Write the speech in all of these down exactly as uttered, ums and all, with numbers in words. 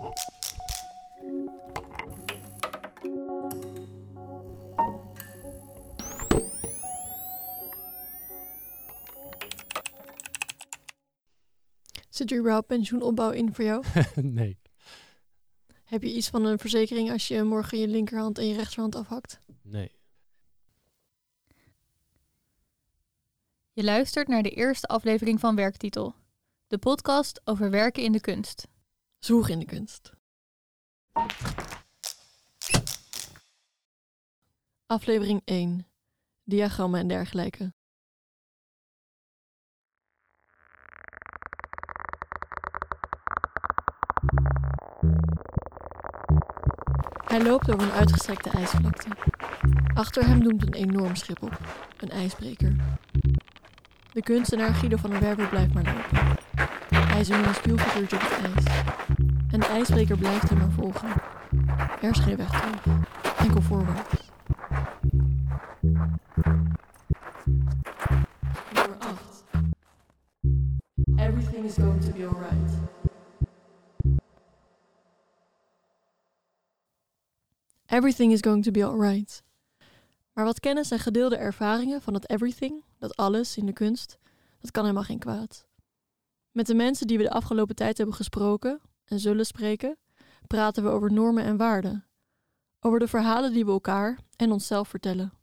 Zit er überhaupt pensioenopbouw in voor jou? Nee. Heb je iets van een verzekering als je morgen je linkerhand en je rechterhand afhakt? Nee. Je luistert naar de eerste aflevering van Werktitel. De podcast over werken in de kunst. Zwoeg in de kunst. Aflevering één. Diagrammen en dergelijke. Hij loopt over een uitgestrekte ijsvlakte. Achter hem doemt een enorm schip op. Een ijsbreker. De kunstenaar Guido van der Werver blijft maar lopen. Hij is een minuscuul figuurtje op het ijs. En de ijsbreker blijft hem maar volgen. Er is geen weg terug. Enkel voorwaarts. Nummer acht. Everything is going to be alright. Everything is going to be alright. Maar wat kennis en gedeelde ervaringen van dat everything, dat alles in de kunst, dat kan helemaal geen kwaad. Met de mensen die we de afgelopen tijd hebben gesproken en zullen spreken, praten we over normen en waarden. Over de verhalen die we elkaar en onszelf vertellen.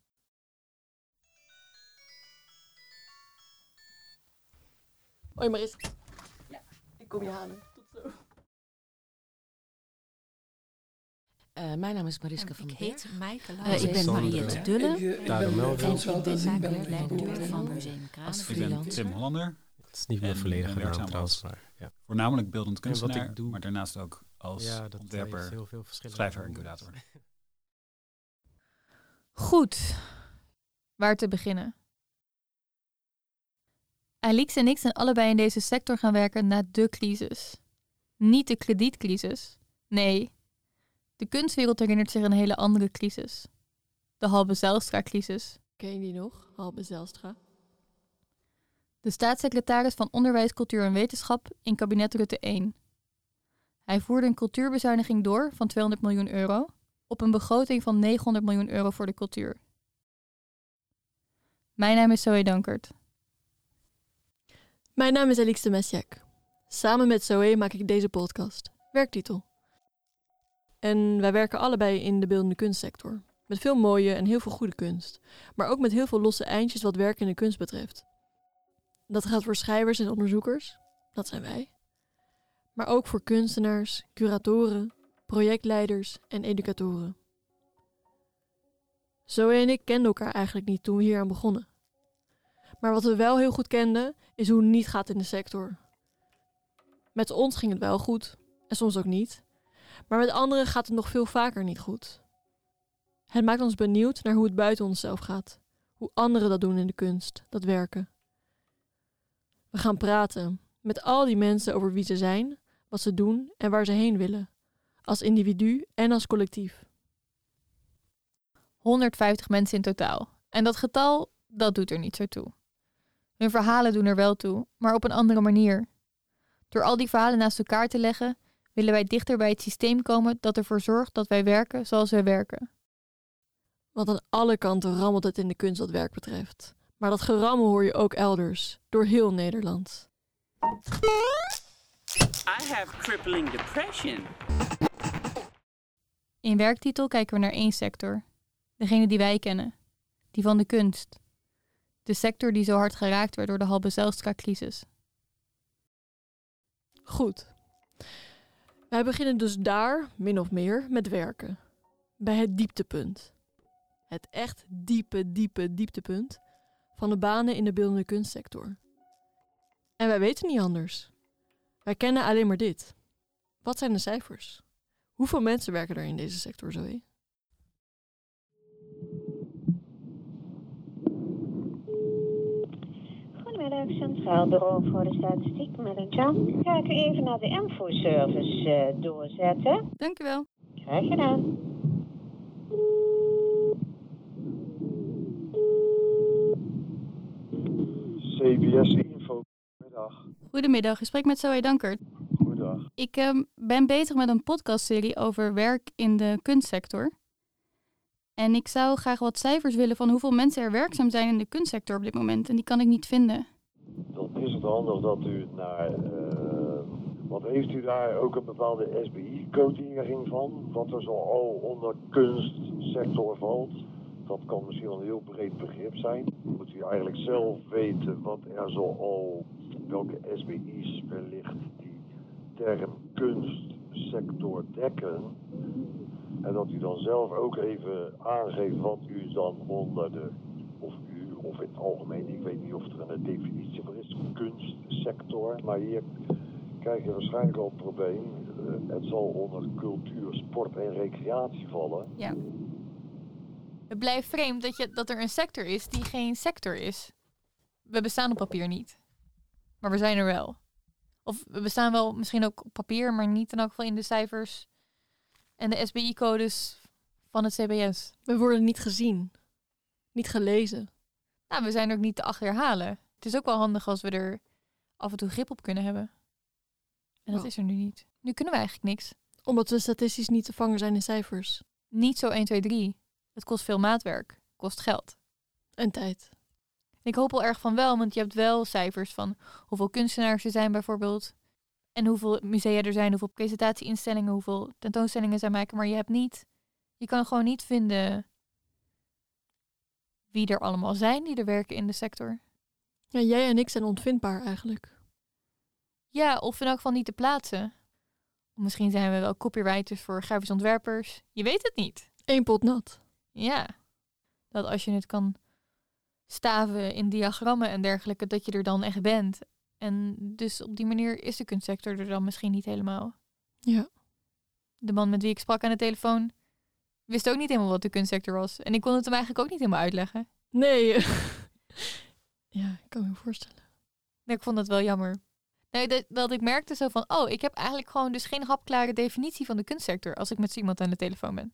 Hoi Maris. Ja, ik kom je halen. Tot zo. Uh, mijn naam is Mariska en van der Ik Berg. heet Maaike uh, Ik ben Mariette Dulle. Ik, uh, Daarom wel. En ik ben zaakbeheerder van Museum Kranenburg. Ik ben Tim Hollander. Dat is niet meer volledig naam trouwens. Maar, ja. Voornamelijk beeldend kunstenaar, wat ik doe, maar daarnaast ook als ja, dat ontwerper, heel veel schrijver en curator. Goed. Waar te beginnen? Alix en ik zijn allebei in deze sector gaan werken na de crisis. Niet de kredietcrisis. Nee. De kunstwereld herinnert zich een hele andere crisis. De Halbe Zijlstra-crisis. Ken je die nog, Halbe Zijlstra? De staatssecretaris van Onderwijs, Cultuur en Wetenschap in kabinet Rutte één. Hij voerde een cultuurbezuiniging door van tweehonderd miljoen euro... op een begroting van negenhonderd miljoen euro voor de cultuur. Mijn naam is Zoe Dankert. Mijn naam is Alix de Mesjak. Samen met Zoe maak ik deze podcast. Werktitel. En wij werken allebei in de beeldende kunstsector. Met veel mooie en heel veel goede kunst. Maar ook met heel veel losse eindjes wat werk in de kunst betreft. Dat gaat voor schrijvers en onderzoekers. Dat zijn wij. Maar ook voor kunstenaars, curatoren, projectleiders en educatoren. Zoe en ik kenden elkaar eigenlijk niet toen we hier aan begonnen. Maar wat we wel heel goed kenden, is hoe het niet gaat in de sector. Met ons ging het wel goed, en soms ook niet. Maar met anderen gaat het nog veel vaker niet goed. Het maakt ons benieuwd naar hoe het buiten onszelf gaat. Hoe anderen dat doen in de kunst, dat werken. We gaan praten met al die mensen over wie ze zijn, wat ze doen en waar ze heen willen. Als individu en als collectief. honderdvijftig mensen in totaal. En dat getal, dat doet er niet zo toe. Hun verhalen doen er wel toe, maar op een andere manier. Door al die verhalen naast elkaar te leggen, willen wij dichter bij het systeem komen dat ervoor zorgt dat wij werken zoals wij werken. Want aan alle kanten rammelt het in de kunst wat werk betreft. Maar dat gerammel hoor je ook elders, door heel Nederland. I have crippling depression. In Werktitel kijken we naar één sector. Degene die wij kennen. Die van de kunst. De sector die zo hard geraakt werd door de Halbe Zijlstra-crisis. Goed. Wij beginnen dus daar, min of meer, met werken. Bij het dieptepunt. Het echt diepe, diepe dieptepunt van de banen in de beeldende kunstsector. En wij weten niet anders. Wij kennen alleen maar dit. Wat zijn de cijfers? Hoeveel mensen werken er in deze sector, Zoe? Goedemiddag, Centraal Bureau voor de Statistiek met een Jan. Ga ik u even naar de infoservice uh, doorzetten. Dank u wel. Graag gedaan. C B S Info, goedemiddag. Goedemiddag, ik spreek met Zoe Dankert. Goedendag. Goeiedag. Ik uh, ben bezig met een podcastserie over werk in de kunstsector. En ik zou graag wat cijfers willen van hoeveel mensen er werkzaam zijn in de kunstsector op dit moment. En die kan ik niet vinden. Dan is het handig dat u naar... Uh, wat heeft u daar ook een bepaalde S B I-codering van? Wat er zo al onder kunstsector valt? Dat kan misschien wel een heel breed begrip zijn. Moet u eigenlijk zelf weten wat er zo al... welke S B I's wellicht die term kunstsector dekken. En dat u dan zelf ook even aangeeft wat u dan onder de, of u, of in het algemeen, ik weet niet of er een definitie voor is, kunstsector. Maar hier krijg je waarschijnlijk al een probleem. Het zal onder cultuur, sport en recreatie vallen. Ja. Het blijft vreemd dat, je, dat er een sector is die geen sector is. We bestaan op papier niet. Maar we zijn er wel. Of we bestaan wel misschien ook op papier, maar niet in elk geval in de cijfers en de S B I-codes van het C B S. We worden niet gezien. Niet gelezen. Nou, we zijn er ook niet te achterhalen. Het is ook wel handig als we er af en toe grip op kunnen hebben. En dat Oh. is er nu niet. Nu kunnen we eigenlijk niks. Omdat we statistisch niet te vangen zijn in cijfers. Niet zo één, twee, drie. Het kost veel maatwerk. Kost geld. En tijd. Ik hoop wel erg van wel, want je hebt wel cijfers van hoeveel kunstenaars er zijn bijvoorbeeld. En hoeveel musea er zijn, hoeveel presentatieinstellingen, hoeveel tentoonstellingen zij maken. Maar je hebt niet, je kan gewoon niet vinden wie er allemaal zijn die er werken in de sector. Ja, jij en ik zijn onvindbaar eigenlijk. Ja, of in elk geval niet te plaatsen. Of misschien zijn we wel copywriters voor grafisch ontwerpers. Je weet het niet. Eén pot nat. Ja, dat als je het kan staven in diagrammen en dergelijke, dat je er dan echt bent. En dus op die manier is de kunstsector er dan misschien niet helemaal. Ja. De man met wie ik sprak aan de telefoon wist ook niet helemaal wat de kunstsector was. En ik kon het hem eigenlijk ook niet helemaal uitleggen. Nee. Ja, ik kan me voorstellen. Nee, ik vond dat wel jammer. Nee, dat, dat ik merkte zo van, oh, ik heb eigenlijk gewoon dus geen hapklare definitie van de kunstsector als ik met iemand aan de telefoon ben.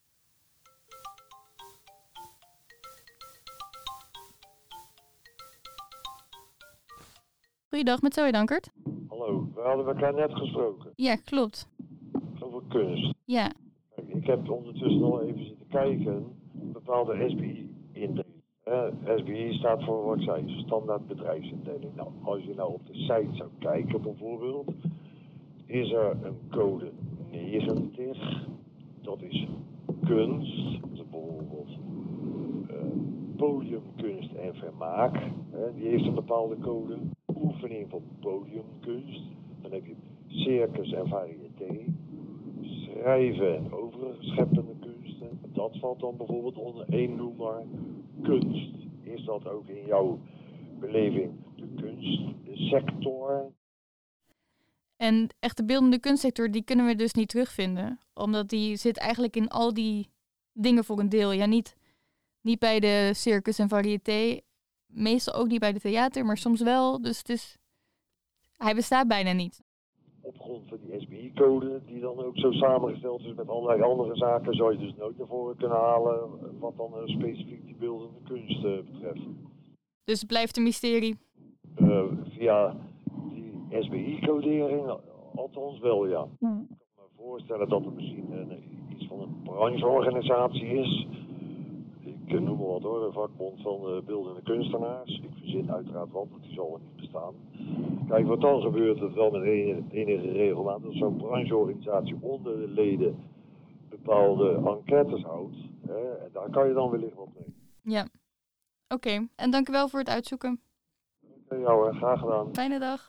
Goeiedag, met Zoe Dankert. Hallo, we hadden elkaar net gesproken Ja, klopt. over kunst. Ja. Kijk, ik heb ondertussen al even zitten kijken, bepaalde S B I-indeling. S B I staat voor wat ik zei, standaard bedrijfsindeling. Nou, als je nou op de site zou kijken bijvoorbeeld, is er een code negentig. Dat is kunst. Dat is bijvoorbeeld uh, podiumkunst en vermaak. Hè, die heeft een bepaalde code. Oefening van podiumkunst. Dan heb je circus en variété. Schrijven en overscheppende kunsten. Dat valt dan bijvoorbeeld onder één noemer kunst. Is dat ook in jouw beleving de kunstsector? En echt de beeldende kunstsector, die kunnen we dus niet terugvinden. Omdat die zit eigenlijk in al die dingen voor een deel. Ja, niet, niet bij de circus en variété. Meestal ook niet bij de theater, maar soms wel. Dus het is, hij bestaat bijna niet. Op grond van die S B I-code, die dan ook zo samengesteld is met allerlei andere zaken, zou je dus nooit naar voren kunnen halen wat dan uh, specifiek die beeldende kunst uh, betreft. Dus het blijft een mysterie. Uh, via die S B I-codering, althans wel, ja. Hmm. Ik kan me voorstellen dat het misschien een, iets van een brancheorganisatie is. Ik uh, noem maar wat hoor, de vakbond van de beeldende kunstenaars. Ik verzin uiteraard wat, want die zal er niet bestaan. Kijk, wat dan gebeurt het wel met enige, enige regelmaat. Dat zo'n brancheorganisatie onder de leden bepaalde enquêtes houdt. Hè, en daar kan je dan wellicht wat mee. Ja. Oké, okay. En dank u wel voor het uitzoeken. Oké, ja hoor, graag gedaan. Fijne dag.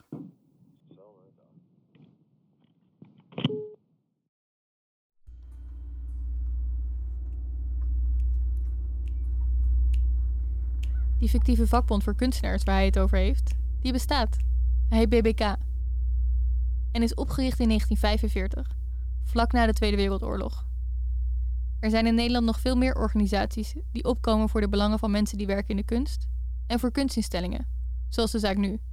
Die fictieve vakbond voor kunstenaars waar hij het over heeft, die bestaat. Hij heet B B K. En is opgericht in negentien vijfenveertig, vlak na de Tweede Wereldoorlog. Er zijn in Nederland nog veel meer organisaties die opkomen voor de belangen van mensen die werken in de kunst en voor kunstinstellingen, zoals de Zaak Nu.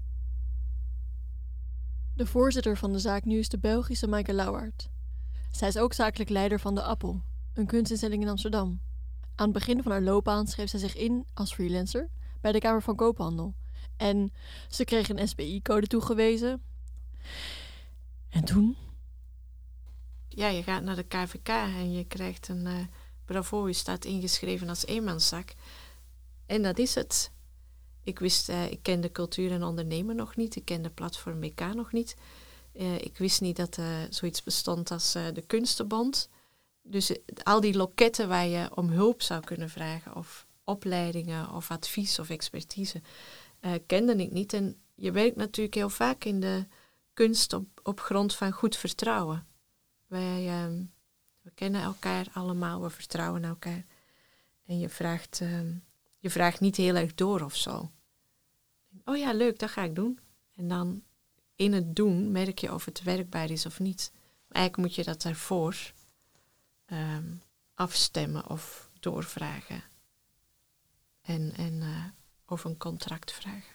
De voorzitter van de Zaak Nu is de Belgische Maaike Lauwaert. Zij is ook zakelijk leider van de Appel, een kunstinstelling in Amsterdam. Aan het begin van haar loopbaan schreef zij zich in als freelancer bij de Kamer van Koophandel. En ze kreeg een S B I-code toegewezen. En toen? Ja, je gaat naar de K V K en je krijgt een uh, bravo. Je staat ingeschreven als eenmanszak. En dat is het. Ik wist, uh, ik kende cultuur en ondernemen nog niet. Ik kende Platform B K nog niet. Uh, ik wist niet dat er uh, zoiets bestond als uh, de Kunstenbond. Dus uh, al die loketten waar je om hulp zou kunnen vragen, of opleidingen, of advies, of expertise, uh, kende ik niet. En je werkt natuurlijk heel vaak in de kunst op, op grond van goed vertrouwen. Wij uh, we kennen elkaar allemaal, we vertrouwen elkaar. En je vraagt, uh, je vraagt niet heel erg door of zo. Oh ja, leuk, dat ga ik doen. En dan in het doen merk je of het werkbaar is of niet. Maar eigenlijk moet je dat daarvoor um, afstemmen of doorvragen. En, en uh, of een contract vragen.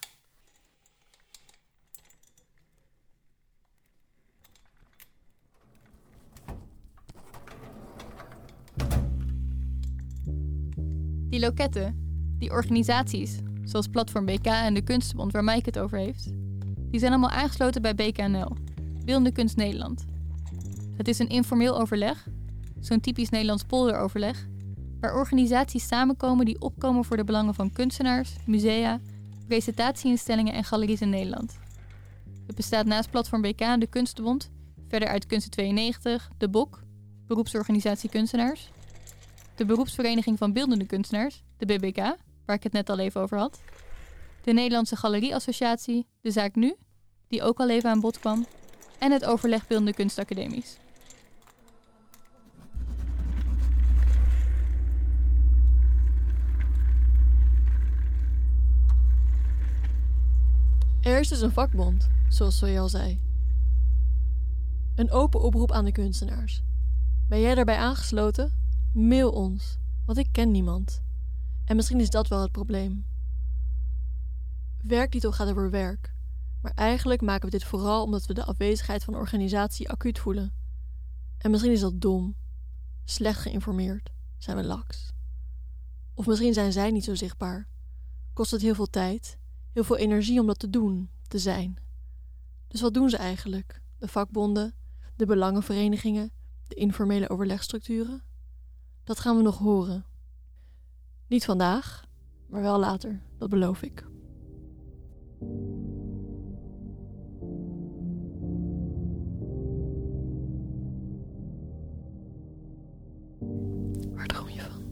Die loketten, die organisaties, zoals Platform B K en de Kunstenbond waar Maaike het over heeft, die zijn allemaal aangesloten bij B K N L, Beeldende Kunst Nederland. Het is een informeel overleg, zo'n typisch Nederlands polderoverleg, waar organisaties samenkomen die opkomen voor de belangen van kunstenaars, musea, presentatieinstellingen en galeries in Nederland. Het bestaat naast Platform B K en de Kunstenbond verder uit Kunsten tweeënnegentig, de B O K, Beroepsorganisatie Kunstenaars, de Beroepsvereniging van Beeldende Kunstenaars, de B B K, waar ik het net al even over had, de Nederlandse Galerieassociatie, de Zaak Nu, die ook al even aan bod kwam, en het Overleg Beeldende Kunstacademies. Er is dus een vakbond, zoals Zoe al zei. Een open oproep aan de kunstenaars. Ben jij daarbij aangesloten? Mail ons, want ik ken niemand. En misschien is dat wel het probleem. Werktitel gaat over werk, maar eigenlijk maken we dit vooral omdat we de afwezigheid van een organisatie acuut voelen. En misschien is dat dom, slecht geïnformeerd, zijn we laks. Of misschien zijn zij niet zo zichtbaar. Kost het heel veel tijd, heel veel energie om dat te doen, te zijn. Dus wat doen ze eigenlijk? De vakbonden, de belangenverenigingen, de informele overlegstructuren? Dat gaan we nog horen. Niet vandaag, maar wel later, dat beloof ik. Waar droom je van?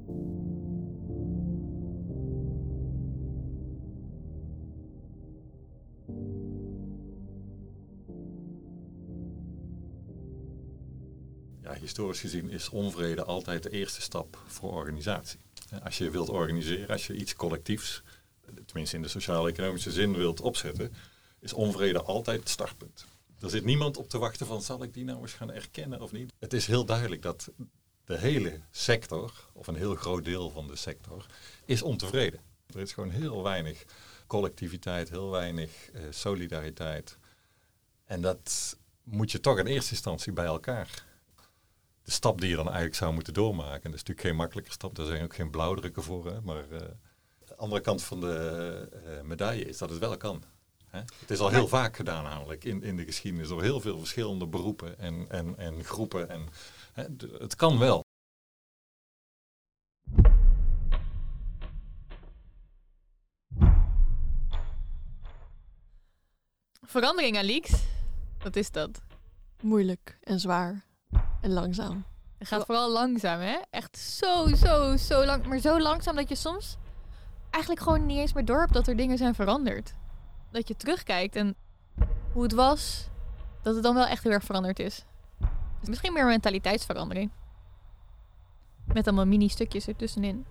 Ja, historisch gezien is onvrede altijd de eerste stap voor organisatie. Als je wilt organiseren, als je iets collectiefs, tenminste in de sociaal-economische zin wilt opzetten, is onvrede altijd het startpunt. Er zit niemand op te wachten van, zal ik die nou eens gaan erkennen of niet? Het is heel duidelijk dat de hele sector, of een heel groot deel van de sector, is ontevreden. Er is gewoon heel weinig collectiviteit, heel weinig uh, solidariteit. En dat moet je toch in eerste instantie bij elkaar. De stap die je dan eigenlijk zou moeten doormaken, en dat is natuurlijk geen makkelijke stap, daar zijn ook geen blauwdrukken voor, hè, maar uh, de andere kant van de uh, medaille is dat het wel kan. Hè? Het is al heel vaak gedaan namelijk in, in de geschiedenis door heel veel verschillende beroepen en, en, en groepen. En, hè, d- het kan wel. Verandering, Alix. Wat is dat? Moeilijk en zwaar. En langzaam. Het gaat vooral langzaam, hè? Echt zo, zo, zo lang. Maar zo langzaam dat je soms eigenlijk gewoon niet eens meer door hebt dat er dingen zijn veranderd. Dat je terugkijkt en hoe het was, dat het dan wel echt heel erg veranderd is. Dus misschien meer een mentaliteitsverandering. Met allemaal mini-stukjes ertussenin.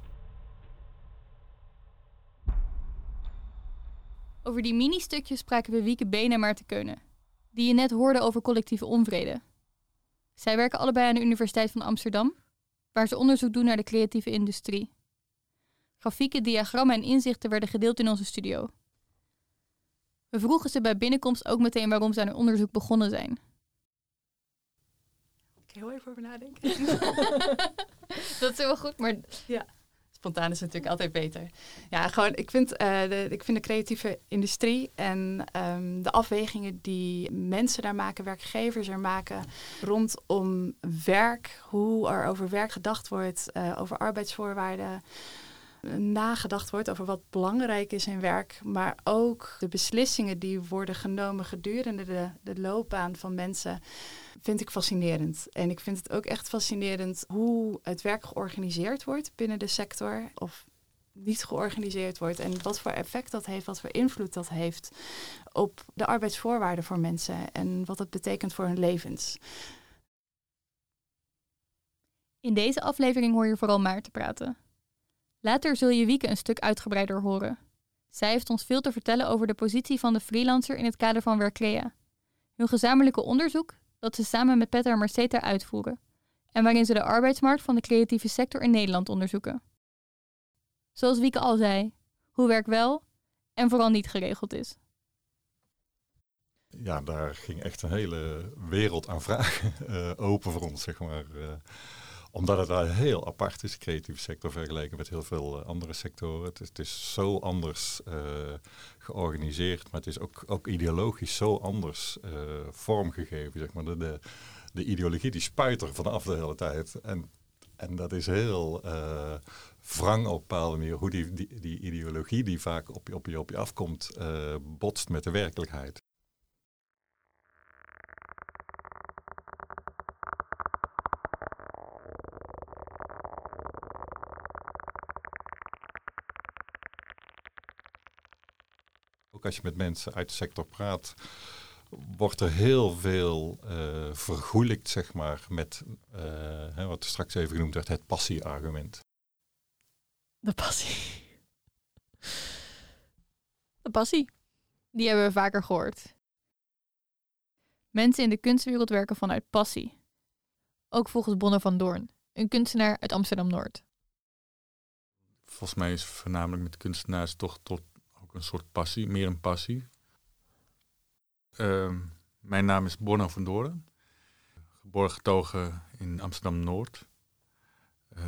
Over die mini-stukjes spraken we Wieke Been en Maarten Keunen, die je net hoorde over collectieve onvrede. Zij werken allebei aan de Universiteit van Amsterdam, waar ze onderzoek doen naar de creatieve industrie. Grafieken, diagrammen en inzichten werden gedeeld in onze studio. We vroegen ze bij binnenkomst ook meteen waarom ze aan hun onderzoek begonnen zijn. Ik heel even over nadenken. Dat is heel goed, maar ja, het is Spontaan is natuurlijk altijd beter. Ja, gewoon, ik vind, uh, de, ik vind de creatieve industrie en um, de afwegingen die mensen daar maken, werkgevers er maken, rondom werk, hoe er over werk gedacht wordt, uh, over arbeidsvoorwaarden, nagedacht wordt over wat belangrijk is in werk, maar ook de beslissingen die worden genomen gedurende de, de loopbaan van mensen, vind ik fascinerend. En ik vind het ook echt fascinerend hoe het werk georganiseerd wordt binnen de sector of niet georganiseerd wordt en wat voor effect dat heeft, wat voor invloed dat heeft op de arbeidsvoorwaarden voor mensen en wat het betekent voor hun levens. In deze aflevering hoor je vooral Maarten praten. Later zul je Wieke een stuk uitgebreider horen. Zij heeft ons veel te vertellen over de positie van de freelancer in het kader van Werkcrea. Hun gezamenlijke onderzoek dat ze samen met Petter Marceta uitvoeren en waarin ze de arbeidsmarkt van de creatieve sector in Nederland onderzoeken. Zoals Wieke al zei, hoe werk wel en vooral niet geregeld is. Ja, daar ging echt een hele wereld aan vragen uh, open voor ons, zeg maar. Uh, Omdat het daar heel apart is, de creatieve sector, vergeleken met heel veel uh, andere sectoren. Het is, het is zo anders uh, georganiseerd, maar het is ook, ook ideologisch zo anders uh, vormgegeven. Zeg maar. de, de, de ideologie die spuit er vanaf de hele tijd. En, en dat is heel uh, wrang op een bepaalde manier, hoe die, die, die ideologie die vaak op je, op je, op je afkomt, uh, botst met de werkelijkheid. Ook als je met mensen uit de sector praat, wordt er heel veel uh, vergoelijkt, zeg maar, met uh, hè, wat er straks even genoemd werd, het passie-argument. De passie. De passie. Die hebben we vaker gehoord. Mensen in de kunstwereld werken vanuit passie. Ook volgens Bonne van Doorn, een kunstenaar uit Amsterdam-Noord. Volgens mij is voornamelijk met kunstenaars toch tot ook een soort passie, meer een passie. Uh, mijn naam is Bonne van Doorn. Geboren getogen in Amsterdam-Noord. Uh,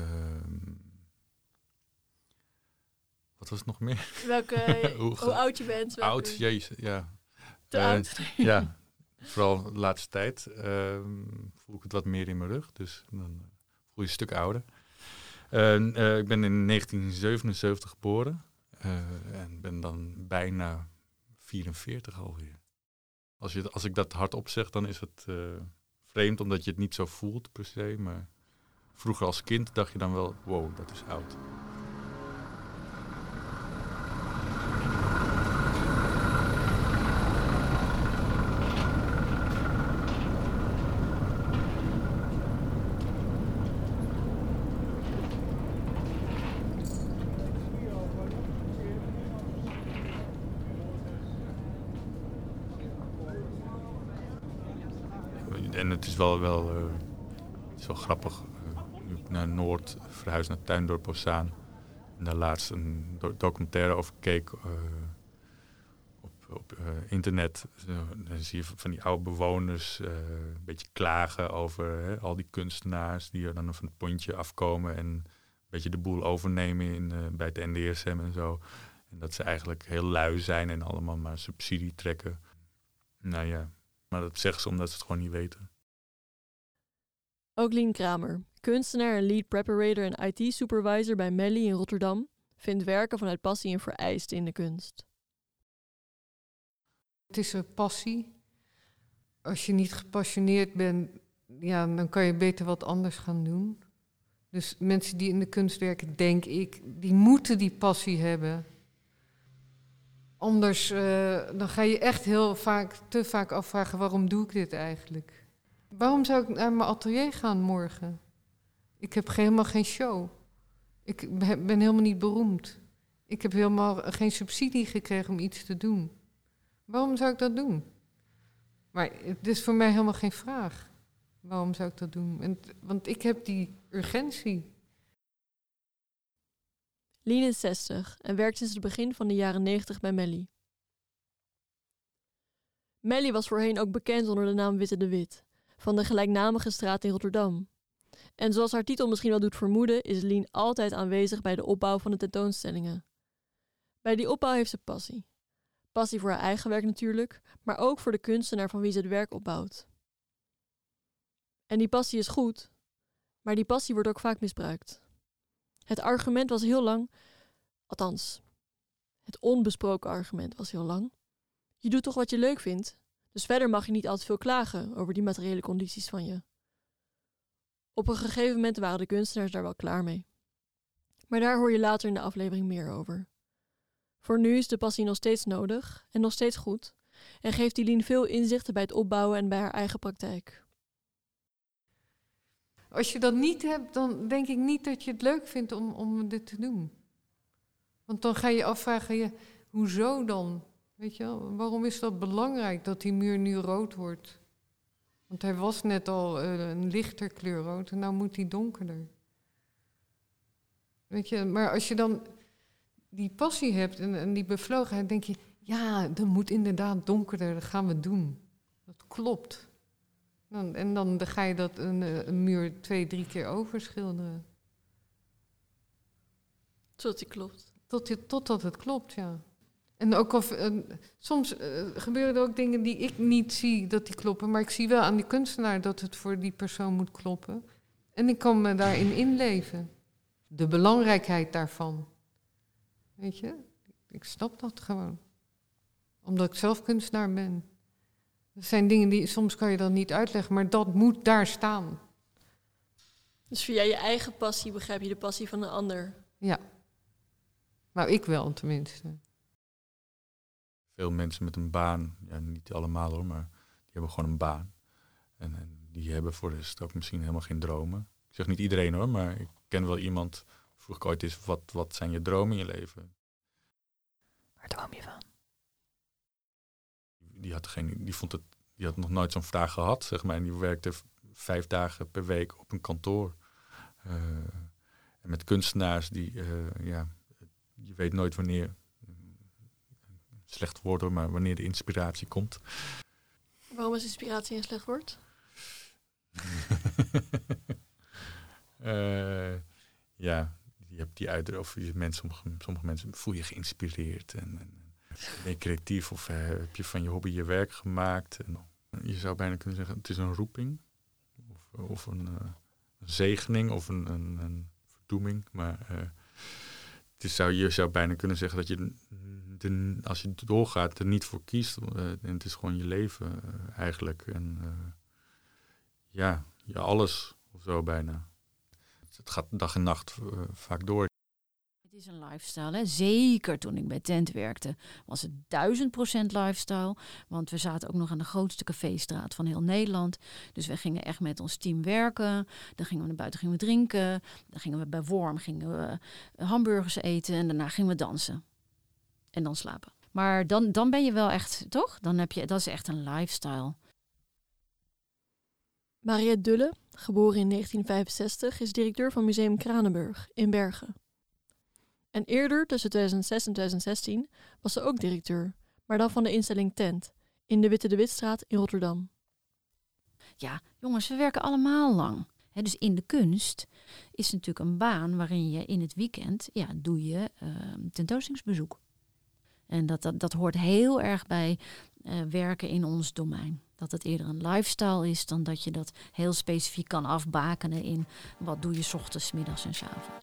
wat was het nog meer? Welke, hoe, hoe oud je bent. Welke... Oud, jezus, ja. Te uh, oud. Ja, vooral de laatste tijd uh, voel ik het wat meer in mijn rug. Dus dan voel je een stuk ouder. Uh, uh, ik ben in negentien zevenenzeventig geboren. Uh, en ben dan bijna vierenveertig alweer. Als, je, als ik dat hardop zeg, dan is het uh, vreemd, omdat je het niet zo voelt per se. Maar vroeger als kind dacht je dan wel, wow, dat is oud. En het is wel, wel, uh, het is wel grappig. Uh, nu ik naar Noord verhuisd naar Tuindorp Ozaan. En daar laatst een do- documentaire over keek uh, op, op uh, internet. Uh, dan zie je van die oude bewoners uh, een beetje klagen over hè, al die kunstenaars die er dan van het pontje afkomen en een beetje de boel overnemen in, uh, bij het N D S M en zo. En dat ze eigenlijk heel lui zijn en allemaal maar subsidie trekken. Nou ja. Maar dat zeggen ze omdat ze het gewoon niet weten. Ook Lien Kramer, kunstenaar en lead preparator en I T-supervisor bij Melly in Rotterdam, vindt werken vanuit passie een vereiste in de kunst. Het is een passie. Als je niet gepassioneerd bent, ja, dan kan je beter wat anders gaan doen. Dus mensen die in de kunst werken, denk ik, die moeten die passie hebben. Anders uh, dan ga je echt heel vaak, te vaak afvragen, waarom doe ik dit eigenlijk? Waarom zou ik naar mijn atelier gaan morgen? Ik heb helemaal geen show. Ik ben helemaal niet beroemd. Ik heb helemaal geen subsidie gekregen om iets te doen. Waarom zou ik dat doen? Maar het is voor mij helemaal geen vraag. Waarom zou ik dat doen? En, want ik heb die urgentie. Lien is zestig en werkt sinds het begin van de jaren negentig bij Melly. Melly was voorheen ook bekend onder de naam Witte de Wit, van de gelijknamige straat in Rotterdam. En zoals haar titel misschien wel doet vermoeden, is Lien altijd aanwezig bij de opbouw van de tentoonstellingen. Bij die opbouw heeft ze passie. Passie voor haar eigen werk natuurlijk, maar ook voor de kunstenaar van wie ze het werk opbouwt. En die passie is goed, maar die passie wordt ook vaak misbruikt. Het argument was heel lang, althans, het onbesproken argument was heel lang. Je doet toch wat je leuk vindt, dus verder mag je niet altijd veel klagen over die materiële condities van je. Op een gegeven moment waren de kunstenaars daar wel klaar mee. Maar daar hoor je later in de aflevering meer over. Voor nu is de passie nog steeds nodig en nog steeds goed en geeft die Lien veel inzichten bij het opbouwen en bij haar eigen praktijk. Als je dat niet hebt, dan denk ik niet dat je het leuk vindt om, om dit te doen. Want dan ga je afvragen, ja, hoezo dan? Weet je wel, waarom is dat belangrijk dat die muur nu rood wordt? Want hij was net al uh, een lichter kleur rood en nou moet hij donkerder. Weet je, maar als je dan die passie hebt en, en die bevlogenheid, denk je, ja, dat moet inderdaad donkerder, dat gaan we doen. Dat klopt. Dan, en dan ga je dat een, een muur twee, drie keer overschilderen. Tot die klopt. Tot die, totdat het klopt, ja. En ook of, uh, soms uh, gebeuren er ook dingen die ik niet zie dat die kloppen, maar ik zie wel aan die kunstenaar dat het voor die persoon moet kloppen. En ik kan me daarin inleven. De belangrijkheid daarvan. Weet je, ik snap dat gewoon. Omdat ik zelf kunstenaar ben. Er zijn dingen die, soms kan je dat niet uitleggen, maar dat moet daar staan. Dus via je eigen passie begrijp je de passie van een ander? Ja. Nou, ik wel tenminste. Veel mensen met een baan, ja, niet allemaal hoor, maar die hebben gewoon een baan. En, en die hebben voor de rest ook misschien helemaal geen dromen. Ik zeg niet iedereen hoor, maar ik ken wel iemand, vroeg ik ooit eens, wat, wat zijn je dromen in je leven? Waar droom je van? Die had, geen, die, vond het, die had nog nooit zo'n vraag gehad, zeg maar. En die werkte v- vijf dagen per week op een kantoor. Uh, en met kunstenaars die, uh, ja, je weet nooit wanneer, slecht woord hoor, maar wanneer de inspiratie komt. Waarom is inspiratie een slecht woord? uh, ja, je hebt die uitdrukking, of je mensen, sommige, sommige mensen voel je geïnspireerd en, en ben je creatief of uh, heb je van je hobby je werk gemaakt. En je zou bijna kunnen zeggen, het is een roeping of, of een, uh, een zegening of een, een, een verdoeming, maar uh, het is, zou, je zou bijna kunnen zeggen dat je, de, als je doorgaat, er niet voor kiest. Uh, en het is gewoon je leven uh, eigenlijk. En uh, ja, je alles of zo bijna. Het gaat dag en nacht uh, vaak door. Het is een lifestyle, hè? Zeker toen ik bij Tent werkte was het duizend procent lifestyle. Want we zaten ook nog aan de grootste caféstraat van heel Nederland. Dus we gingen echt met ons team werken. Dan gingen we naar buiten gingen we drinken. Dan gingen we bij Worm gingen we hamburgers eten. En daarna gingen we dansen. En dan slapen. Maar dan, dan ben je wel echt, toch? Dan heb je, dat is echt een lifestyle. Mariette Dulle, geboren in negentien vijfenzestig, is directeur van Museum Kranenburg in Bergen. En eerder, tussen tweeduizend zes en tweeduizend zestien, was ze ook directeur, maar dan van de instelling Tent, in de Witte de Witstraat in Rotterdam. Ja, jongens, we werken allemaal lang. He, dus in de kunst is natuurlijk een baan waarin je in het weekend, ja, doe je uh, tentoonstellingsbezoek. En dat, dat, dat hoort heel erg bij uh, werken in ons domein. Dat het eerder een lifestyle is dan dat je dat heel specifiek kan afbakenen in wat doe je 's ochtends, 's middags en 's avonds.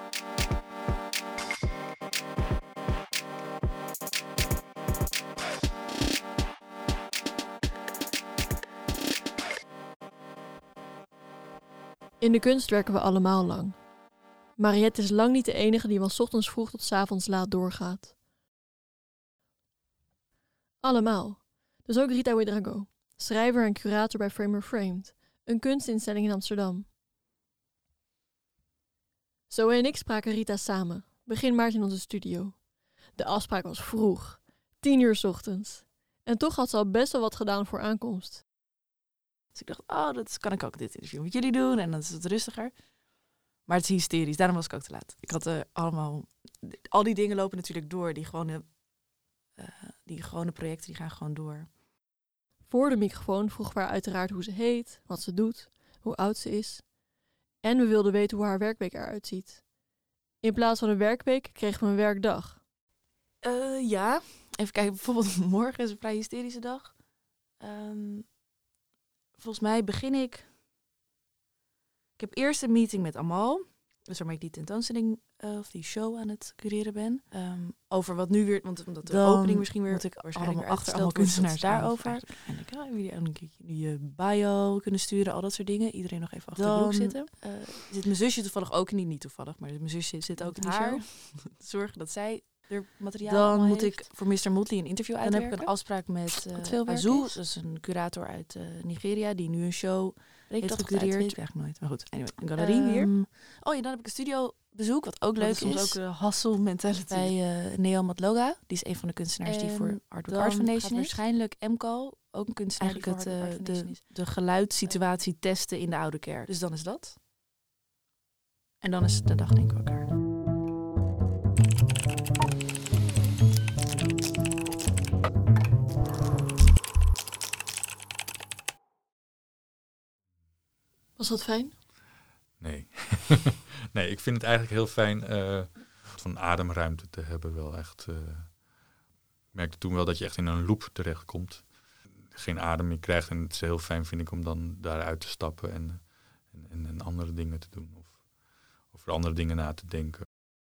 In de kunst werken we allemaal lang. Mariette is lang niet de enige die van 's ochtends vroeg tot 's avonds laat doorgaat. Allemaal. Dus ook Rita Ouédraogo, schrijver en curator bij Framer Framed, een kunstinstelling in Amsterdam. Zoe en ik spraken Rita samen, begin maart in onze studio. De afspraak was vroeg, tien uur 's ochtends. En toch had ze al best wel wat gedaan voor aankomst. Dus ik dacht, oh, dat kan ik ook dit interview met jullie doen. En dan is het rustiger. Maar het is hysterisch. Daarom was ik ook te laat. Ik had uh, allemaal... Al die dingen lopen natuurlijk door. Die gewone, uh, die gewone projecten, die gaan gewoon door. Voor de microfoon vroegen we haar uiteraard hoe ze heet, wat ze doet, hoe oud ze is. En we wilden weten hoe haar werkweek eruit ziet. In plaats van een werkweek kregen we een werkdag. Uh, ja, even kijken. Bijvoorbeeld morgen is een vrij hysterische dag. Um, volgens mij begin ik... Ik heb eerst een meeting met Amal. Dus waarmee ik die tentoonstelling uh, of die show aan het cureren ben. Um, over wat nu weer... Want omdat de Dan opening misschien weer... moet ik waarschijnlijk allemaal weer achter allemaal kunstenaars kunstenaars daarover. En ik heb jullie een keertje je bio kunnen sturen. Al dat soort dingen. Iedereen nog even achter de broek zitten. Uh, zit mijn zusje toevallig ook niet. Niet toevallig, maar mijn zusje zit ook in de show. Zorgen dat zij... er materiaal Dan moet heeft. ik voor mister Motley een interview uitwerken. Dan heb ik een afspraak met uh, Azu. Dat is een curator uit uh, Nigeria die nu een show heeft gecureerd. Dat weet ik eigenlijk nooit. Maar goed, anyway, een galerie um, weer. Oh ja, dan heb ik een studiobezoek, wat ook leuk is. Soms ook de hustle mentality. Bij uh, Neo Matloga. Die is een van de kunstenaars en die voor Artwork Art Foundation is. Waarschijnlijk M C O, ook een kunstenaar die het, uh, de, de geluidssituatie testen in de oude kerk. Dus dan is dat. En dan is de dag denk ik wel klaar. Was dat fijn? Nee. Nee, ik vind het eigenlijk heel fijn uh, van ademruimte te hebben wel echt. Uh, ik merkte toen wel dat je echt in een loop terechtkomt. Geen adem meer krijgt en het is heel fijn vind ik om dan daaruit te stappen en, en, en andere dingen te doen. Of over andere dingen na te denken.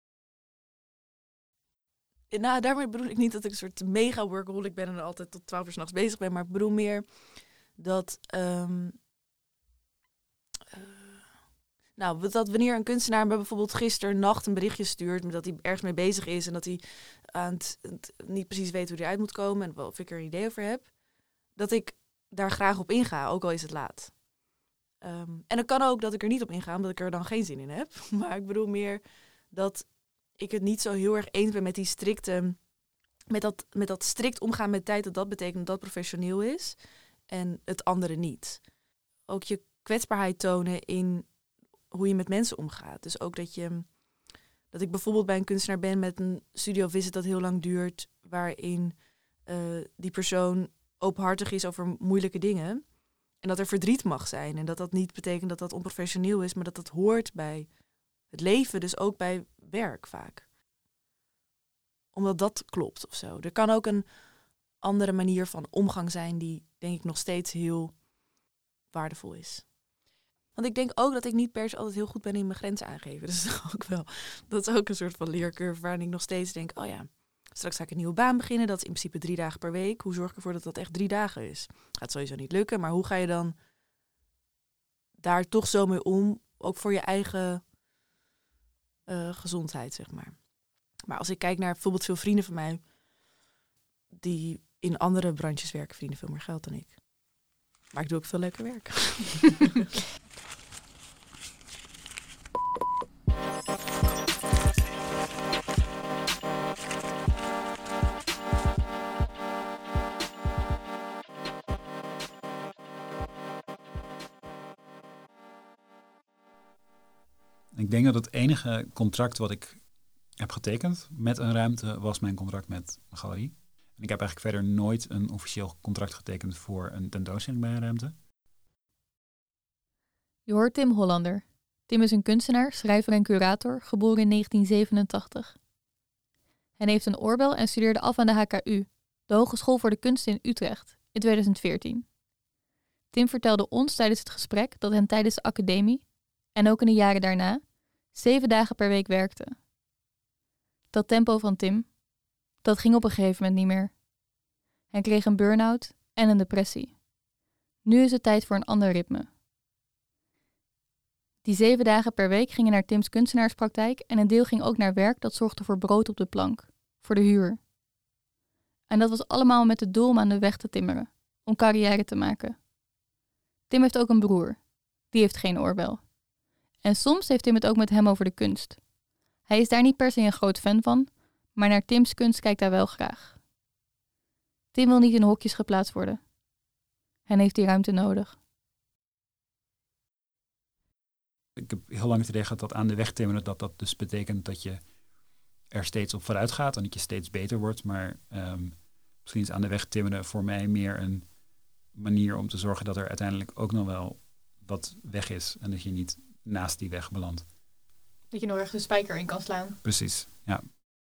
Nou, daarmee bedoel ik niet dat ik een soort mega workaholic ben en er altijd tot twaalf uur 's nachts bezig ben. Maar ik bedoel meer dat... Um, uh, nou, dat wanneer een kunstenaar me bijvoorbeeld gisteren nacht een berichtje stuurt... dat hij ergens mee bezig is en dat hij aan het, het niet precies weet hoe hij eruit moet komen... en of ik er een idee over heb, dat ik daar graag op inga, ook al is het laat. Um, en het kan ook dat ik er niet op inga, omdat ik er dan geen zin in heb. Maar ik bedoel meer dat... ik het niet zo heel erg eens ben met die strikte, met dat, met dat strikt omgaan met tijd, dat dat betekent dat dat professioneel is en het andere niet. Ook je kwetsbaarheid tonen in hoe je met mensen omgaat. Dus ook dat je, dat ik bijvoorbeeld bij een kunstenaar ben met een studiovisit dat heel lang duurt, waarin uh, die persoon openhartig is over moeilijke dingen en dat er verdriet mag zijn en dat dat niet betekent dat dat onprofessioneel is, maar dat dat hoort bij het leven, dus ook bij werk vaak. Omdat dat klopt of zo. Er kan ook een andere manier van omgang zijn die denk ik nog steeds heel waardevol is. Want ik denk ook dat ik niet per se altijd heel goed ben in mijn grenzen aangeven. Dus dat is ook wel, dat is ook een soort van leercurve waarin ik nog steeds denk, oh ja, straks ga ik een nieuwe baan beginnen. Dat is in principe drie dagen per week. Hoe zorg ik ervoor dat dat echt drie dagen is? Gaat sowieso niet lukken, maar hoe ga je dan daar toch zo mee om? Ook voor je eigen Uh, gezondheid, zeg maar. Maar als ik kijk naar bijvoorbeeld veel vrienden van mij die in andere branches werken, verdienen veel meer geld dan ik. Maar ik doe ook veel leuker werk. Ik denk dat het enige contract wat ik heb getekend met een ruimte was mijn contract met een galerie. En ik heb eigenlijk verder nooit een officieel contract getekend voor een tentoonstelling bij een ruimte. Je hoort Tim Hollander. Tim is een kunstenaar, schrijver en curator, geboren in negentien zevenentachtig. Hij heeft een oorbel en studeerde af aan de H K U, de Hogeschool voor de Kunsten in Utrecht, in tweeduizend veertien. Tim vertelde ons tijdens het gesprek dat hij tijdens de academie, en ook in de jaren daarna, zeven dagen per week werkte. Dat tempo van Tim, dat ging op een gegeven moment niet meer. Hij kreeg een burn-out en een depressie. Nu is het tijd voor een ander ritme. Die zeven dagen per week gingen naar Tims kunstenaarspraktijk en een deel ging ook naar werk dat zorgde voor brood op de plank, voor de huur. En dat was allemaal met het doel om aan de weg te timmeren, om carrière te maken. Tim heeft ook een broer, die heeft geen oorbel. En soms heeft Tim het ook met hem over de kunst. Hij is daar niet per se een groot fan van, maar naar Tims kunst kijkt hij wel graag. Tim wil niet in hokjes geplaatst worden. En heeft die ruimte nodig. Ik heb heel lang het idee gehad dat aan de weg timmeren, dat dat dus betekent dat je er steeds op vooruit gaat en dat je steeds beter wordt. Maar um, misschien is aan de weg timmeren voor mij meer een manier om te zorgen dat er uiteindelijk ook nog wel wat weg is. En dat je niet naast die weg belandt. Dat je nog ergens een spijker in kan slaan. Precies, ja.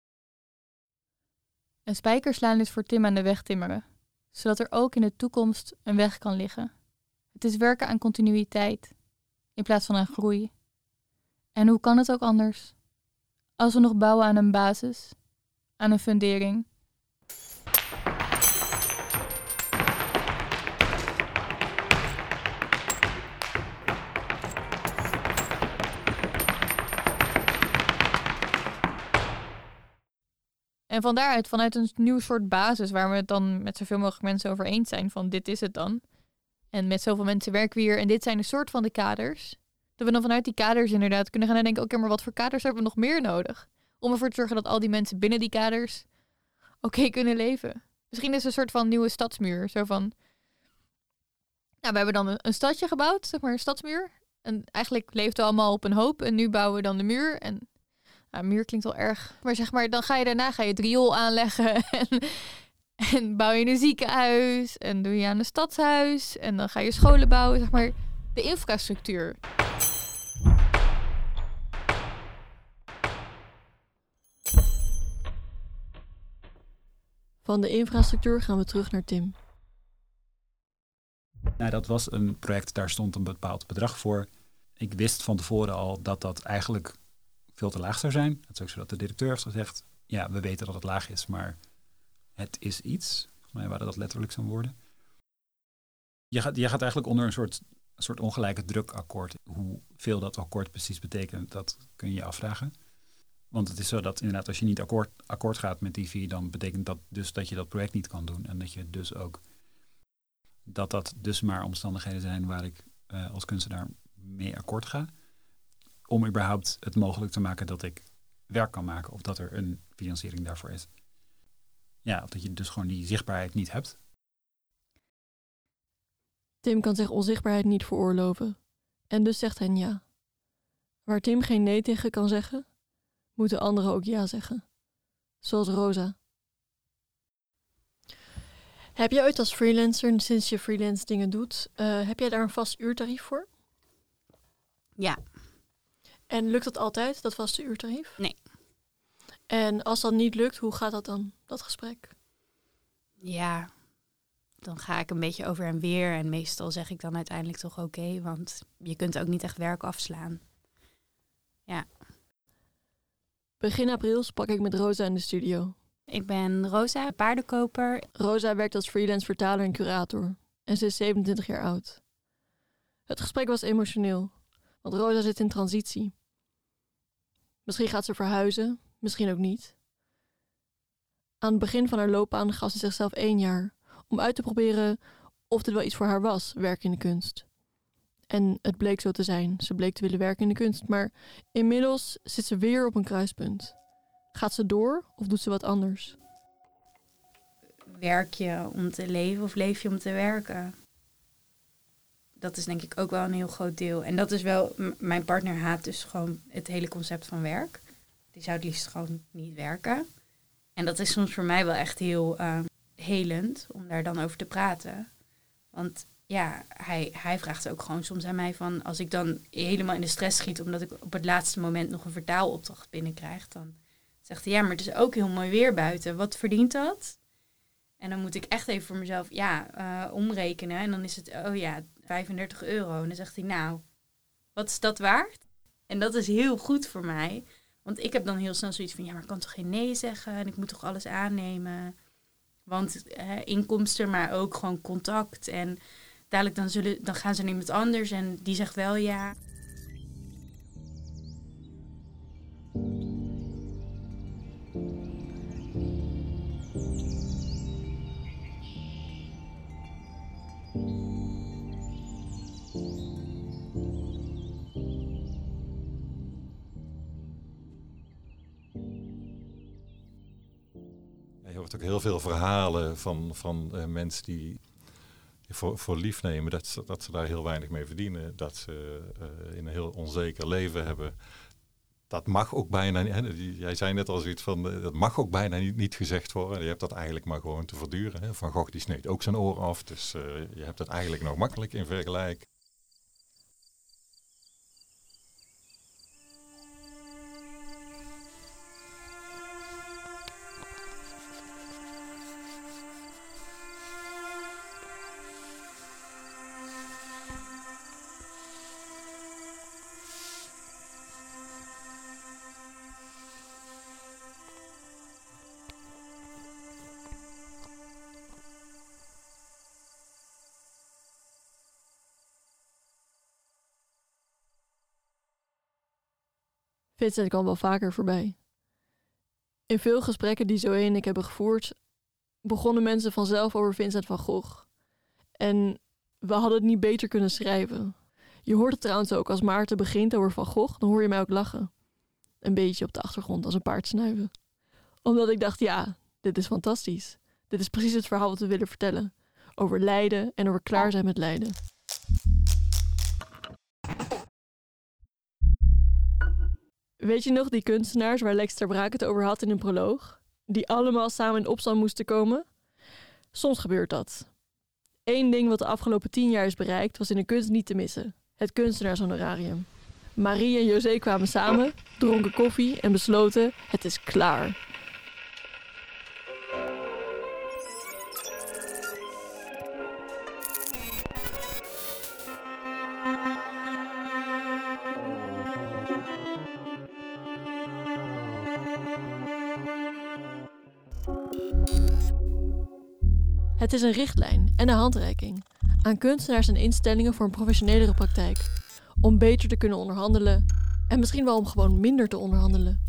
Een spijker slaan is voor Tim aan de weg timmeren, zodat er ook in de toekomst een weg kan liggen. Het is werken aan continuïteit, in plaats van aan groei. En hoe kan het ook anders? Als we nog bouwen aan een basis, aan een fundering. En van daaruit, vanuit een nieuw soort basis, waar we het dan met zoveel mogelijk mensen over eens zijn van dit is het dan. En met zoveel mensen werken we hier en dit zijn een soort van de kaders. Dat we dan vanuit die kaders inderdaad kunnen gaan nadenken, oké, okay, maar wat voor kaders hebben we nog meer nodig? Om ervoor te zorgen dat al die mensen binnen die kaders oké okay kunnen leven. Misschien is het een soort van nieuwe stadsmuur. Zo van, nou, we hebben dan een, een stadje gebouwd, zeg maar een stadsmuur. En eigenlijk leefden we allemaal op een hoop en nu bouwen we dan de muur en... Nou, muur klinkt wel erg. Maar zeg maar, dan ga je daarna ga je het riool aanleggen. En, en bouw je een ziekenhuis. En doe je aan een stadshuis. En dan ga je scholen bouwen. Zeg maar, de infrastructuur. Van de infrastructuur gaan we terug naar Tim. Nou, dat was een project, daar stond een bepaald bedrag voor. Ik wist van tevoren al dat dat eigenlijk... veel te laag zou zijn. Het is ook zo dat de directeur heeft gezegd... ja, we weten dat het laag is, maar het is iets. Volgens mij waren dat letterlijk zijn woorden. Je gaat, je gaat eigenlijk onder een soort, een soort ongelijke drukakkoord. Hoeveel dat akkoord precies betekent, dat kun je je afvragen. Want het is zo dat inderdaad als je niet akkoord, akkoord gaat met die vier... dan betekent dat dus dat je dat project niet kan doen. En dat je dus ook... dat dat dus maar omstandigheden zijn waar ik uh, als kunstenaar mee akkoord ga... om überhaupt het mogelijk te maken dat ik werk kan maken... of dat er een financiering daarvoor is. Ja, of dat je dus gewoon die zichtbaarheid niet hebt. Tim kan zich onzichtbaarheid niet veroorloven. En dus zegt hij ja. Waar Tim geen nee tegen kan zeggen... moeten anderen ook ja zeggen. Zoals Rosa. Heb jij ooit als freelancer, sinds je freelance dingen doet... Uh, heb jij daar een vast uurtarief voor? Ja. En lukt dat altijd, dat vaste uurtarief? Nee. En als dat niet lukt, hoe gaat dat dan, dat gesprek? Ja, dan ga ik een beetje over en weer. En meestal zeg ik dan uiteindelijk toch oké, okay, want je kunt ook niet echt werk afslaan. Ja. Begin april sprak ik met Rosa in de studio. Ik ben Rosa, paardenkoper. Rosa werkt als freelance vertaler en curator. En ze is zevenentwintig jaar oud. Het gesprek was emotioneel, want Rosa zit in transitie. Misschien gaat ze verhuizen, misschien ook niet. Aan het begin van haar loopbaan gaf ze zichzelf één jaar... om uit te proberen of dit wel iets voor haar was, werken in de kunst. En het bleek zo te zijn. Ze bleek te willen werken in de kunst, maar inmiddels zit ze weer op een kruispunt. Gaat ze door of doet ze wat anders? Werk je om te leven of leef je om te werken? Dat is denk ik ook wel een heel groot deel. En dat is wel, m- mijn partner haat dus gewoon het hele concept van werk. Die zou het liefst gewoon niet werken. En dat is soms voor mij wel echt heel uh, helend om daar dan over te praten. Want ja, hij, hij vraagt ook gewoon soms aan mij van... als ik dan helemaal in de stress schiet... omdat ik op het laatste moment nog een vertaalopdracht binnenkrijg... dan zegt hij, ja, maar het is ook heel mooi weer buiten. Wat verdient dat? En dan moet ik echt even voor mezelf ja, uh, omrekenen. En dan is het, oh ja, vijfendertig euro. En dan zegt hij, nou, wat is dat waard? En dat is heel goed voor mij. Want ik heb dan heel snel zoiets van... ja, maar ik kan toch geen nee zeggen? En ik moet toch alles aannemen? Want uh, inkomsten, maar ook gewoon contact. En dadelijk dan, zullen, dan gaan ze naar iemand anders en die zegt wel ja. Je hoort ook heel veel verhalen van, van uh, mensen die voor, voor lief nemen dat ze, dat ze daar heel weinig mee verdienen. Dat ze uh, in een heel onzeker leven hebben. Dat mag ook bijna niet. Hè, jij zei net al zoiets van, uh, dat mag ook bijna niet, niet gezegd worden. Je hebt dat eigenlijk maar gewoon te verduren. Hè. Van Gogh die sneed ook zijn oor af. Dus uh, je hebt het eigenlijk nog makkelijk in vergelijking. Vincent kwam wel vaker voorbij. In veel gesprekken die Zoe en ik hebben gevoerd, begonnen mensen vanzelf over Vincent van Gogh. En we hadden het niet beter kunnen schrijven. Je hoort het trouwens ook, als Maarten begint over Van Gogh, dan hoor je mij ook lachen. Een beetje op de achtergrond, als een paard snuiven. Omdat ik dacht, ja, dit is fantastisch. Dit is precies het verhaal wat we willen vertellen. Over lijden en over klaar zijn met lijden. Weet je nog die kunstenaars waar Lex ter Braak het over had in een proloog? Die allemaal samen in opstand moesten komen? Soms gebeurt dat. Eén ding wat de afgelopen tien jaar is bereikt, was in de kunst niet te missen. Het kunstenaarshonorarium. Marie en José kwamen samen, dronken koffie en besloten, het is klaar. Het is een richtlijn en een handreiking aan kunstenaars en instellingen voor een professionelere praktijk. Om beter te kunnen onderhandelen en misschien wel om gewoon minder te onderhandelen.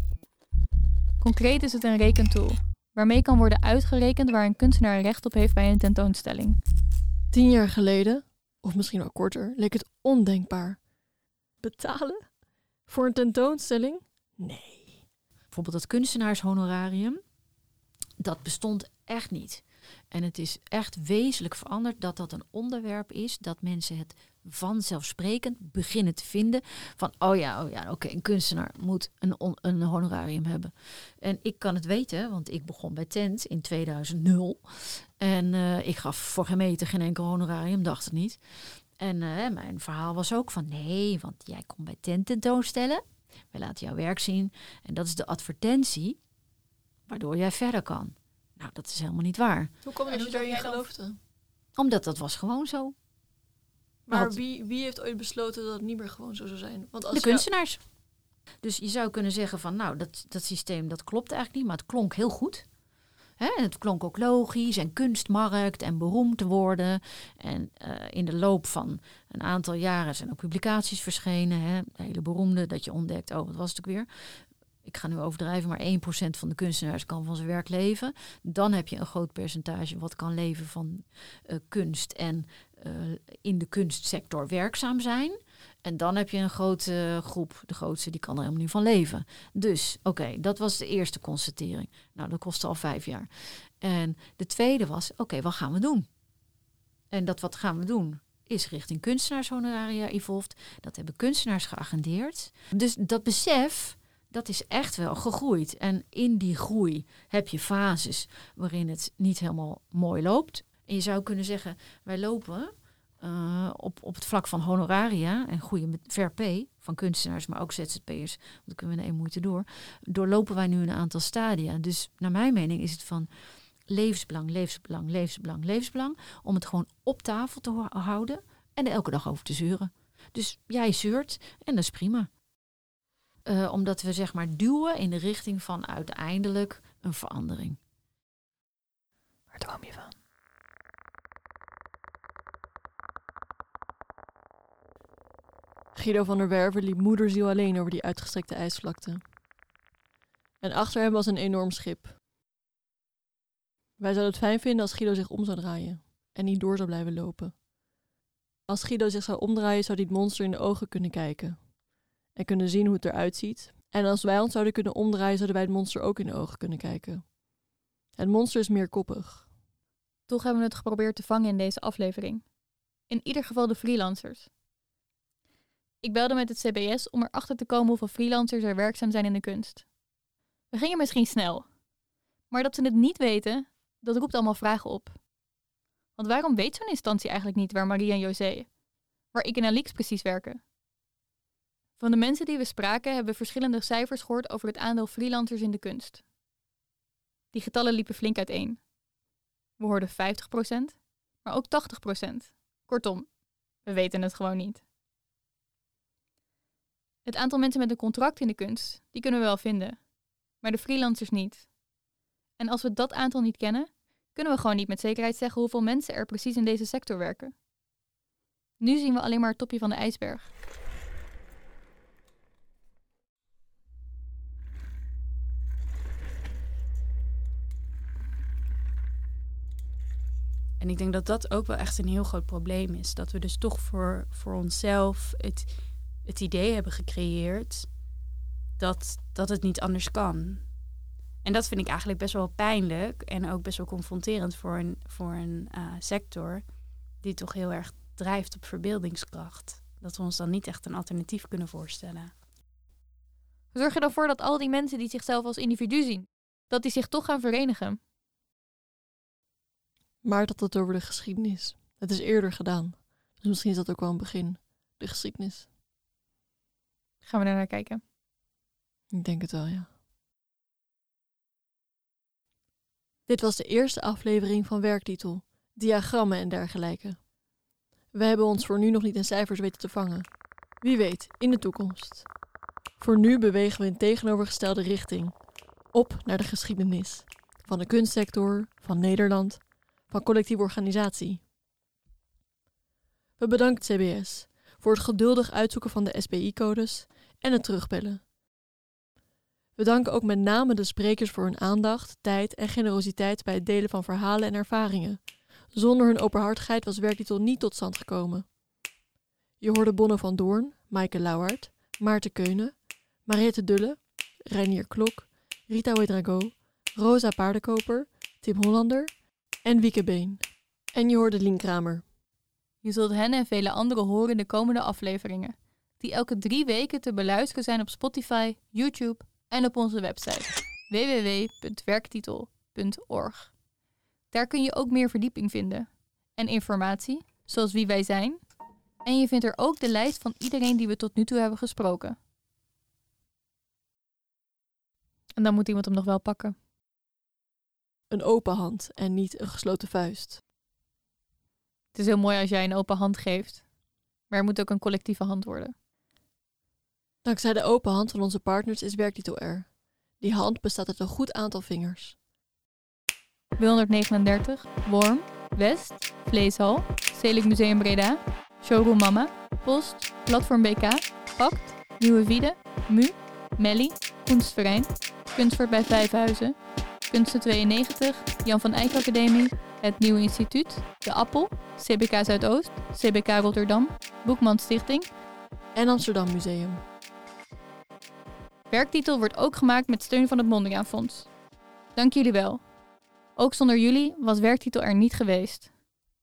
Concreet is het een rekentool, waarmee kan worden uitgerekend waar een kunstenaar recht op heeft bij een tentoonstelling. Tien jaar geleden, of misschien wel korter, leek het ondenkbaar. Betalen? Voor een tentoonstelling? Nee. Bijvoorbeeld dat kunstenaarshonorarium, dat bestond echt niet. En het is echt wezenlijk veranderd dat dat een onderwerp is, dat mensen het vanzelfsprekend beginnen te vinden van, oh ja, oh ja, oké, okay, een kunstenaar moet een, on, een honorarium hebben. En ik kan het weten, want ik begon bij Tent in tweeduizend en uh, ik gaf voor geen meter geen enkel honorarium, dacht het niet. En uh, mijn verhaal was ook van, nee, want jij komt bij Tent tentoonstellen, wij laten jouw werk zien en dat is de advertentie waardoor jij verder kan. Nou, dat is helemaal niet waar. Hoe kom je dat je daarin geloofde? Omdat dat was gewoon zo. Maar Wat? wie, wie heeft ooit besloten dat het niet meer gewoon zo zou zijn? Want als de kunstenaars. Je... Dus je zou kunnen zeggen van, nou, dat, dat systeem dat klopt eigenlijk niet, maar het klonk heel goed. Hè? En het klonk ook logisch en kunstmarkt en beroemd te worden. En uh, in de loop van een aantal jaren zijn ook publicaties verschenen. Hè? Hele beroemde, dat je ontdekt, oh, wat was het ook weer? Ik ga nu overdrijven, maar één procent van de kunstenaars kan van zijn werk leven. Dan heb je een groot percentage wat kan leven van uh, kunst en uh, in de kunstsector werkzaam zijn. En dan heb je een grote groep, de grootste, die kan er helemaal niet van leven. Dus, oké, okay, dat was de eerste constatering. Nou, dat kostte al vijf jaar. En de tweede was, oké, okay, wat gaan we doen? En dat wat gaan we doen is richting kunstenaarshonoraria evolved. Dat hebben kunstenaars geagendeerd. Dus dat besef, dat is echt wel gegroeid. En in die groei heb je fases waarin het niet helemaal mooi loopt. En je zou kunnen zeggen, wij lopen uh, op, op het vlak van honoraria en goede fair pay van kunstenaars, maar ook Z Z P'ers, want dan kunnen we in één moeite door. Doorlopen wij nu een aantal stadia. Dus naar mijn mening is het van levensbelang, levensbelang, levensbelang, levensbelang, om het gewoon op tafel te ho- houden en er elke dag over te zeuren. Dus jij zeurt en dat is prima. Uh, omdat we zeg maar duwen in de richting van uiteindelijk een verandering. Waar droom je van? Guido van der Werven liep moederziel alleen over die uitgestrekte ijsvlakte. En achter hem was een enorm schip. Wij zouden het fijn vinden als Guido zich om zou draaien en niet door zou blijven lopen. Als Guido zich zou omdraaien, zou hij het monster in de ogen kunnen kijken en kunnen zien hoe het eruit ziet. En als wij ons zouden kunnen omdraaien, zouden wij het monster ook in de ogen kunnen kijken. Het monster is meerkoppig. Toch hebben we het geprobeerd te vangen in deze aflevering. In ieder geval de freelancers. Ik belde met het C B S om erachter te komen hoeveel freelancers er werkzaam zijn in de kunst. We gingen misschien snel. Maar dat ze het niet weten, dat roept allemaal vragen op. Want waarom weet zo'n instantie eigenlijk niet waar Marie en José, waar ik en Alix precies werken? Van de mensen die we spraken hebben we verschillende cijfers gehoord over het aandeel freelancers in de kunst. Die getallen liepen flink uiteen. We hoorden vijftig procent, maar ook tachtig procent. Kortom, we weten het gewoon niet. Het aantal mensen met een contract in de kunst, die kunnen we wel vinden, maar de freelancers niet. En als we dat aantal niet kennen, kunnen we gewoon niet met zekerheid zeggen hoeveel mensen er precies in deze sector werken. Nu zien we alleen maar het topje van de ijsberg. ik denk dat dat ook wel echt een heel groot probleem is. Dat we dus toch voor, voor onszelf het, het idee hebben gecreëerd dat, dat het niet anders kan. En dat vind ik eigenlijk best wel pijnlijk en ook best wel confronterend voor een, voor een uh, sector die toch heel erg drijft op verbeeldingskracht. Dat we ons dan niet echt een alternatief kunnen voorstellen. Zorg er dan voor dat al die mensen die zichzelf als individu zien, dat die zich toch gaan verenigen. Maar dat het over de geschiedenis. Het is eerder gedaan. Dus misschien is dat ook wel een begin. De geschiedenis. Gaan we daar naar kijken? Ik denk het wel, ja. Dit was de eerste aflevering van Werktitel. Diagrammen en dergelijke. We hebben ons voor nu nog niet in cijfers weten te vangen. Wie weet, in de toekomst. Voor nu bewegen we in tegenovergestelde richting. Op naar de geschiedenis. Van de kunstsector, van Nederland, van collectieve organisatie. We bedanken het C B S voor het geduldig uitzoeken van de S B I-codes en het terugbellen. We danken ook met name de sprekers voor hun aandacht, tijd en generositeit bij het delen van verhalen en ervaringen. Zonder hun openhartigheid was Werktitel niet tot stand gekomen. Je hoorde Bonne van Doorn, Maaike Lauwaert, Maarten Keunen, Mariette Dulle, Reinier Klok, Rita Ouedraogo, Rosa Paardenkoper, Tim Hollander en Wieke Been. En je hoorde Lien Kramer. Je zult hen en vele anderen horen in de komende afleveringen, die elke drie weken te beluisteren zijn op Spotify, YouTube en op onze website w w w punt werktitel punt org. Daar kun je ook meer verdieping vinden en informatie, zoals wie wij zijn. En je vindt er ook de lijst van iedereen die we tot nu toe hebben gesproken. En dan moet iemand hem nog wel pakken. Een open hand en niet een gesloten vuist. Het is heel mooi als jij een open hand geeft, maar er moet ook een collectieve hand worden. Dankzij de open hand van onze partners is Werktitel er. Die hand bestaat uit een goed aantal vingers. W honderdnegenendertig, Worm, West, Vleeshal, Stedelijk Museum Breda, Showroom Mama, Post, Platform B K, Pact, Nieuwe Wiede, Mu, Melly, Kunstverein, Kunstvoort bij Vijfhuizen, Kunsten tweeënnegentig, Jan van Eyck Academie, Het Nieuwe Instituut, De Appel, C B K Zuidoost, C B K Rotterdam, Boekman Stichting en Amsterdam Museum. Werktitel wordt ook gemaakt met steun van het Mondriaan Fonds. Dank jullie wel. Ook zonder jullie was Werktitel er niet geweest.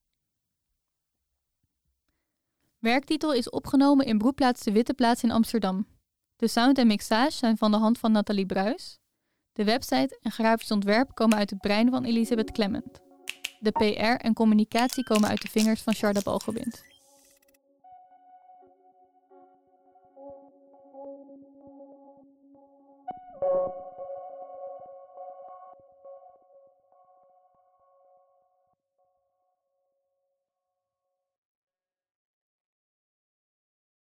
Werktitel is opgenomen in Broedplaats de Witte Plaats in Amsterdam. De sound en mixage zijn van de hand van Nathalie Bruis. De website en grafisch ontwerp komen uit het brein van Elisabeth Clement. De P R en communicatie komen uit de vingers van Sharda Balgobind.